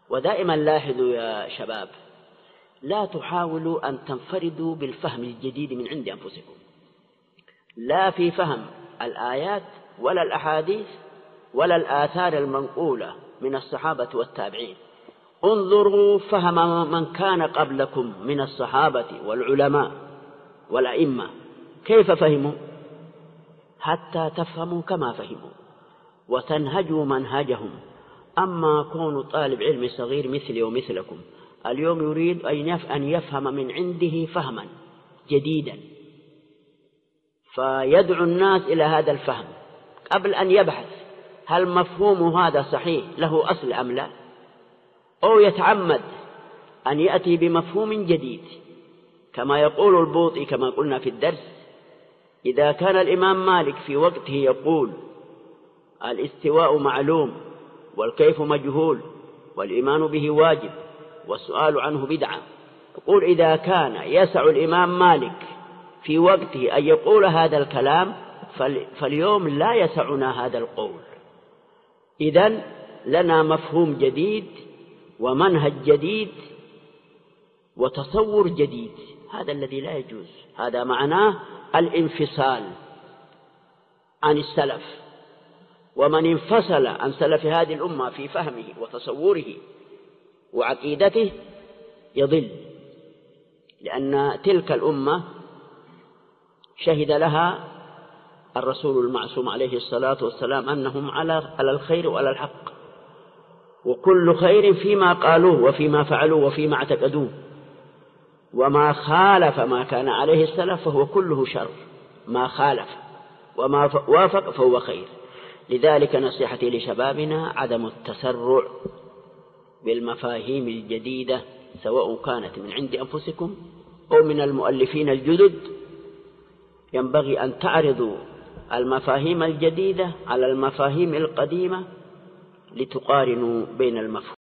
ودائما لاحظوا يا شباب، لا تحاولوا أن تنفردوا بالفهم الجديد من عند أنفسكم، لا في فهم الآيات ولا الأحاديث ولا الآثار المنقولة من الصحابة والتابعين. انظروا فهم من كان قبلكم من الصحابة والعلماء والأئمة كيف فهموا، حتى تفهموا كما فهموا وتنهجوا منهجهم. أما كون طالب علم صغير مثلي ومثلكم اليوم يريد أن يفهم من عنده فهما جديدا، فيدعو الناس إلى هذا الفهم قبل أن يبحث هل مفهوم هذا صحيح له أصل أم لا، أو يتعمد أن يأتي بمفهوم جديد. كما يقول البوطي كما قلنا في الدرس: إذا كان الإمام مالك في وقته يقول الاستواء معلوم والكيف مجهول والإيمان به واجب والسؤال عنه بدعة، يقول إذا كان يسع الإمام مالك في وقته أن يقول هذا الكلام فاليوم لا يسعنا هذا القول. إذن لنا مفهوم جديد ومنهج جديد وتصور جديد، هذا الذي لا يجوز. هذا معناه الانفصال عن السلف، ومن انفصل عن سلف هذه الأمة في فهمه وتصوره وعقيدته يضل، لأن تلك الأمة شهد لها الرسول المعصوم عليه الصلاة والسلام أنهم على الخير وعلى الحق، وكل خير فيما قالوه وفيما فعلوه وفيما اعتقدوه، وما خالف ما كان عليه السلف فهو كله شر، ما خالف وما وافق فهو خير. لذلك نصيحتي لشبابنا عدم التسرع بالمفاهيم الجديدة، سواء كانت من عند أنفسكم أو من المؤلفين الجدد. ينبغي أن تعرضوا المفاهيم الجديدة على المفاهيم القديمة لتقارنوا بين المفهوم